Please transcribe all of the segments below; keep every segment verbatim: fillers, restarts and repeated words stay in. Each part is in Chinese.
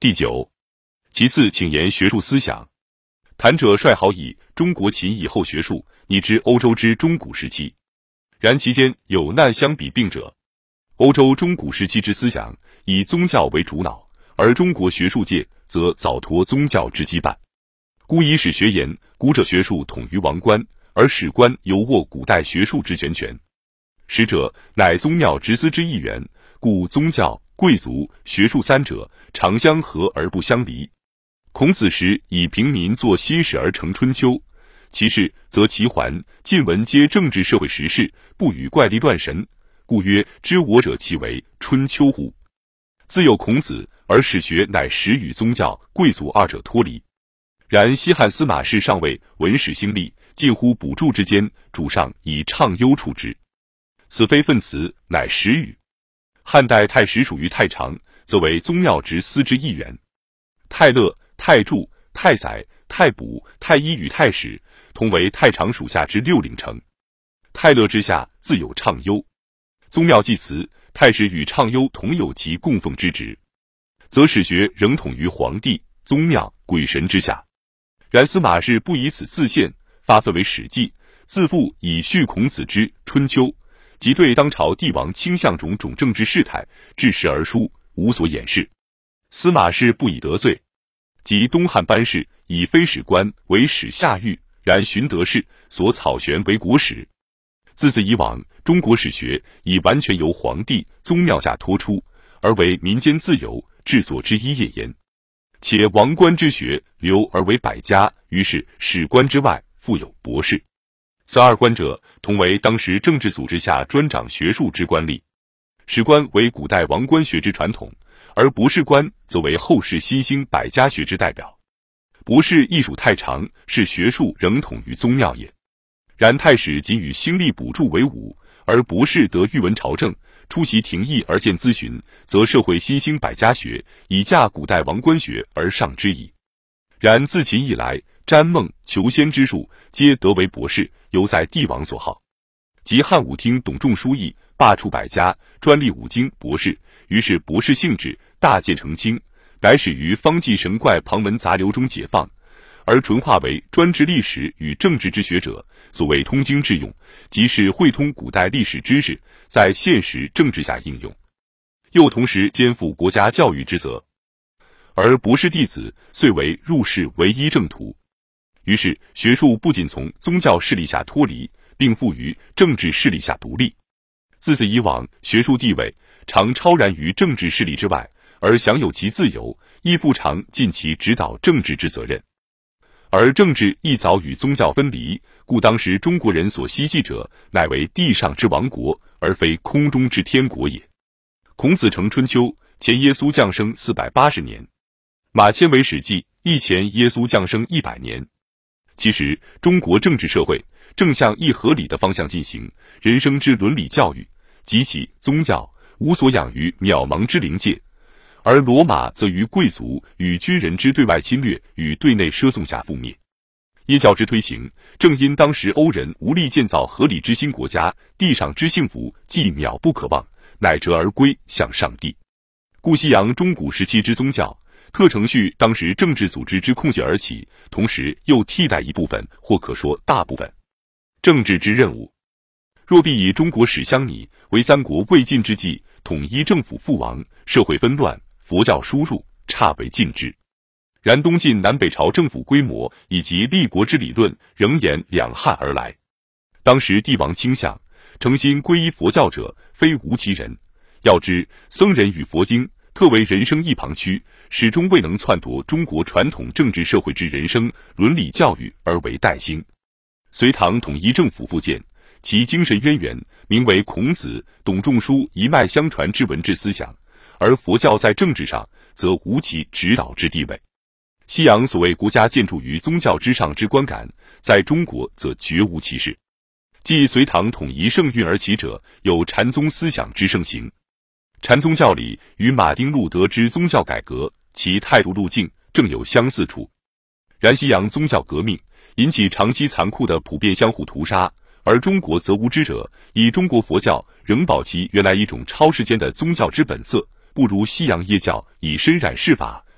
第九，其次，请言学术思想。谈者率好以中国秦以后学术，拟知欧洲之中古时期。然其间有难相比并者。欧洲中古时期之思想以宗教为主脑，而中国学术界则早脱宗教之羁绊。故以史学言，古者学术统于王官，而史官犹握古代学术之全权。史者乃宗庙直司之一员，故宗教、贵族、学术三者常相合而不相离。孔子时以平民作新史而成春秋，其事则齐桓、晋文皆政治社会时事，不与怪力乱神，故曰知我者其为春秋乎？自有孔子，而史学乃时与宗教、贵族二者脱离。然西汉司马氏上位，文史兴利，近乎补助之间，主上以畅优处之。此非愤辞，乃实语。汉代太史属于太常，则为宗庙直司之一员。太乐、太祝、太宰、太卜、太医与太史同为太常属下之六领丞。太乐之下自有畅优。宗庙祭祀，太史与畅优同有其供奉之职，则史学仍统于皇帝、宗庙、鬼神之下。然司马氏不以此自限，发愤为史记，自负以续孔子之春秋，即对当朝帝王倾向种种政治事态，至实而书，无所掩饰。司马氏不以得罪，即东汉班氏以非史官为史下狱，然荀德氏所草选为国史。自此以往，中国史学已完全由皇帝、宗庙下脱出，而为民间自由制作之一业焉。且王官之学流而为百家，于是史官之外复有博士。此二官者，同为当时政治组织下专掌学术之官吏。史官为古代王官学之传统，而博士官则为后世新兴百家学之代表。博士亦属太常，是学术仍统于宗庙也。然太史仅与兴利补助为伍，而博士得御闻朝政，出席廷议而见咨询，则社会新兴百家学以架古代王官学而上之矣。然自秦以来，占梦、求仙之术皆得为博士，犹在帝王所好。及汉武听董仲舒议，罢黜百家，专立五经博士，于是博士性质大渐澄清，乃始于方济神怪旁门杂流中解放，而纯化为专治历史与政治之学者。所谓通经致用，即是汇通古代历史知识，在现实政治下应用，又同时肩负国家教育之责。而博士弟子遂为入世唯一正途。于是学术不仅从宗教势力下脱离，并附于政治势力下独立。自此以往，学术地位常超然于政治势力之外，而享有其自由，亦复常尽其指导政治之责任。而政治亦早与宗教分离，故当时中国人所希冀者，乃为地上之王国，而非空中之天国也。孔子成春秋，前耶稣降生四百八十年。马迁为史记，亦前耶稣降生一百年。其实，中国政治社会正向一合理的方向进行，人生之伦理教育及其宗教无所养于渺茫之灵界。而罗马则于贵族与军人之对外侵略与对内奢颂下覆灭。耶教之推行，正因当时欧人无力建造合理之新国家，地上之幸福既渺不可望，乃折而归向上帝。故西洋中古时期之宗教，特承续当时政治组织之空隙而起，同时又替代一部分，或可说大部分政治之任务。若必以中国史相拟，为三国未尽之际，统一政府覆亡，社会纷乱，佛教输入，差为尽之。然东晋南北朝政府规模以及立国之理论，仍沿两汉而来。当时帝王倾向诚心皈依佛教者，非无其人。要知僧人与佛经特为人生一旁区，始终未能篡夺中国传统政治社会之人生伦理教育而为代兴。隋唐统一政府复建，其精神渊源名为孔子、董仲舒一脉相传之文治思想。而佛教在政治上则无其指导之地位。西洋所谓国家建筑于宗教之上之观感，在中国则绝无其事。继隋唐统一盛运而起者，有禅宗思想之盛行。禅宗教理与马丁路德之宗教改革，其态度路径正有相似处。然西洋宗教革命引起长期残酷的普遍相互屠杀，而中国则无知者，以中国佛教仍保其原来一种超世间的宗教之本色，不如西洋耶教以身染世法，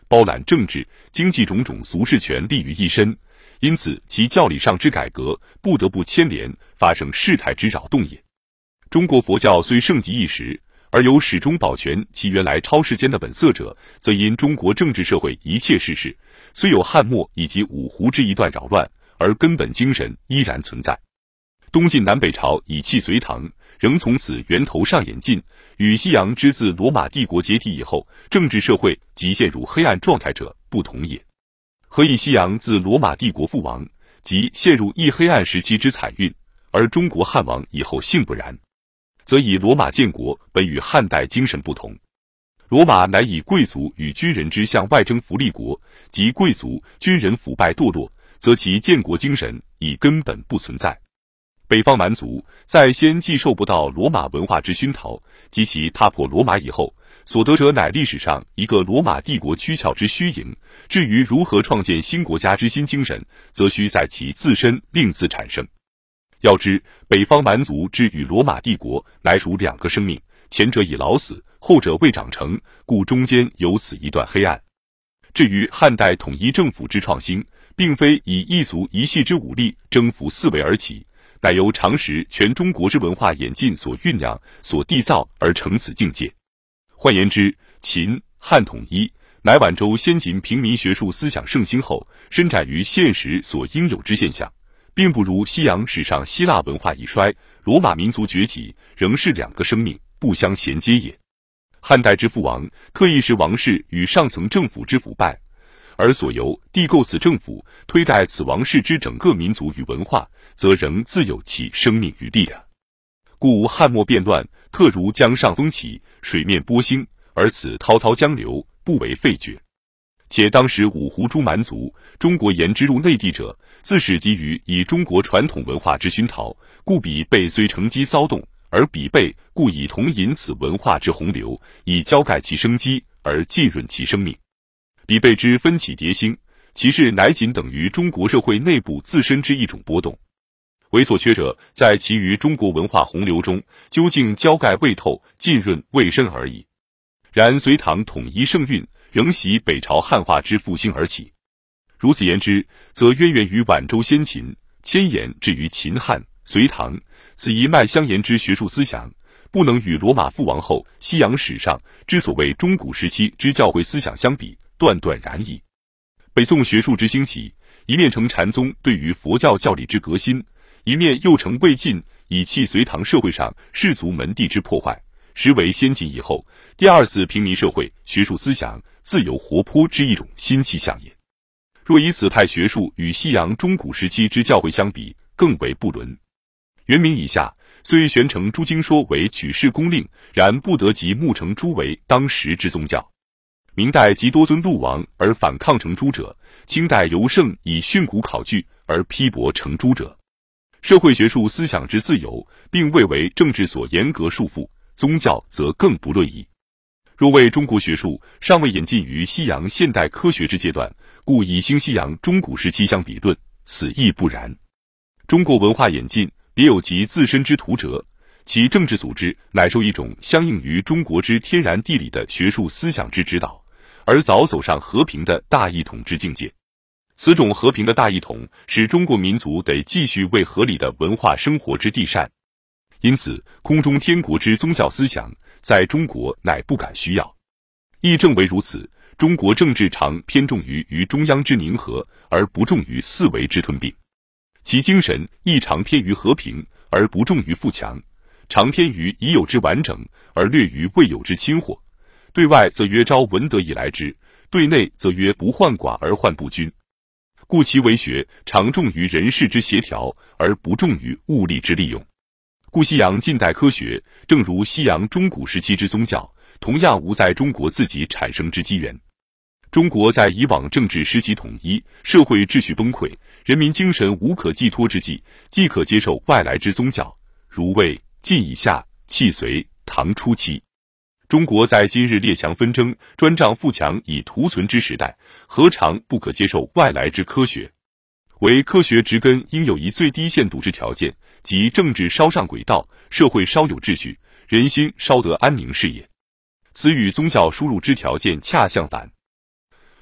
包揽政治、经济种种俗事权利于一身，因此其教理上之改革不得不牵连发生事态之扰动也。中国佛教虽盛极一时，而有始终保全其原来超世间的本色者，则因中国政治社会一切世事，虽有汉末以及五胡之一段扰乱，而根本精神依然存在。东晋南北朝以弃隋唐，仍从此源头上演进，与西洋之自罗马帝国解体以后，政治社会即陷入黑暗状态者不同也。何以西洋自罗马帝国覆亡，即陷入一黑暗时期之惨运，而中国汉亡以后幸不然？则以罗马建国本与汉代精神不同。罗马乃以贵族与军人之向外征服立国，即贵族军人腐败堕落，则其建国精神已根本不存在。北方蛮族在先既受不到罗马文化之熏陶，及其踏破罗马以后所得者乃历史上一个罗马帝国躯壳之虚盈，至于如何创建新国家之新精神，则需在其自身另自产生。要知北方蛮族之与罗马帝国乃属两个生命，前者已老死，后者未长成，故中间有此一段黑暗。至于汉代统一政府之创新，并非以一族一系之武力征服四维而起，乃由常识全中国之文化演进所酝酿、所缔造而成此境界。换言之，秦汉统一，乃晚周先秦平民学术思想盛行后，伸展于现实所应有之现象，并不如西洋史上希腊文化已衰，罗马民族崛起，仍是两个生命，不相衔接也。汉代之覆亡，刻意使王室与上层政府之腐败，而所由缔构此政府，推戴此王室之整个民族与文化，则仍自有其生命与力量。故汉末变乱，特如江上风起，水面波兴，而此滔滔江流，不为废绝。且当时五胡诸蛮族，中国言之入内地者，自始基于以中国传统文化之熏陶，故彼辈虽乘机骚动，而彼辈故以同饮此文化之洪流，以浇盖其生机，而浸润其生命。彼辈之分起迭兴，其事乃仅等于中国社会内部自身之一种波动。唯所缺者，在其于中国文化洪流中，究竟浇盖未透，浸润未深而已。然隋唐统一盛运，仍袭北朝汉化之复兴而起。如此言之，则渊源于晚周先秦，迁延至于秦汉、隋唐，此一脉相延之学术思想，不能与罗马覆亡后西洋史上之所谓中古时期之教会思想相比，断断然矣。北宋学术之兴起，一面成禅宗对于佛教教理之革新，一面又成魏晋以弃隋唐社会上士族门第之破坏，实为先秦以后第二次平民社会学术思想自由活泼之一种新气象也。若以此派学术与西洋中古时期之教会相比，更为不伦。元明以下，虽宣称诸经说为举世公令，然不得及穆成诸为当时之宗教。明代极多尊陆王而反抗成诸者，清代尤盛以训诂考据而批驳成诸者。社会学术思想之自由，并未为政治所严格束缚，宗教则更不论矣。若为中国学术尚未演进于西洋现代科学之阶段，故以兴西洋中古时期相比论，此亦不然。中国文化演进别有其自身之图辙，其政治组织乃受一种相应于中国之天然地理的学术思想之指导，而早走上和平的大一统之境界。此种和平的大一统，使中国民族得继续为合理的文化生活之地善。因此，空中天国之宗教思想，在中国乃不敢需要。亦正为如此，中国政治常偏重于于中央之宁和，而不重于四维之吞并；其精神亦常偏于和平，而不重于富强；常偏于已有之完整，而略于未有之侵获。对外则曰招文德以来之，对内则曰不患寡而患不均。故其为学常重于人事之协调，而不重于物力之利用。故西洋近代科学，正如西洋中古时期之宗教，同样无在中国自己产生之机缘。中国在以往政治失其统一，社会秩序崩溃，人民精神无可寄托之际，既可接受外来之宗教，如魏晋以下、弃隋唐初期。中国在今日列强纷争、专仗富强以图存之时代，何尝不可接受外来之科学？唯科学植根应有一最低限度之条件，即政治稍上轨道，社会稍有秩序，人心稍得安宁是也。此与宗教输入之条件恰相反。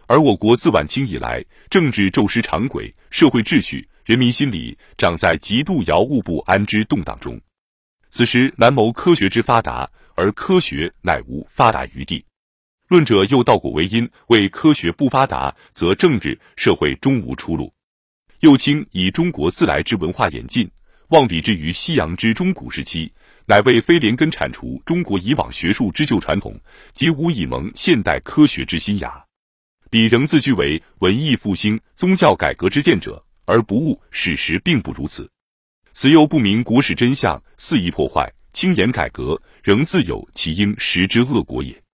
而我国自晚清以来，政治骤失常轨，社会秩序、人民心理长在极度摇物不安之动荡中。此时难谋科学之发达，而科学乃无发达余地。论者又倒果为因，为科学不发达，则政治社会终无出路。又卿以中国自来之文化演进，望比之于西洋之中古时期，乃为非连根铲除中国以往学术之旧传统，即无以蒙现代科学之新芽。彼仍自居为文艺复兴、宗教改革之见者，而不悟史实并不如此。此又不明古史真相，肆意破坏、轻言改革，仍自有其应时之恶果也。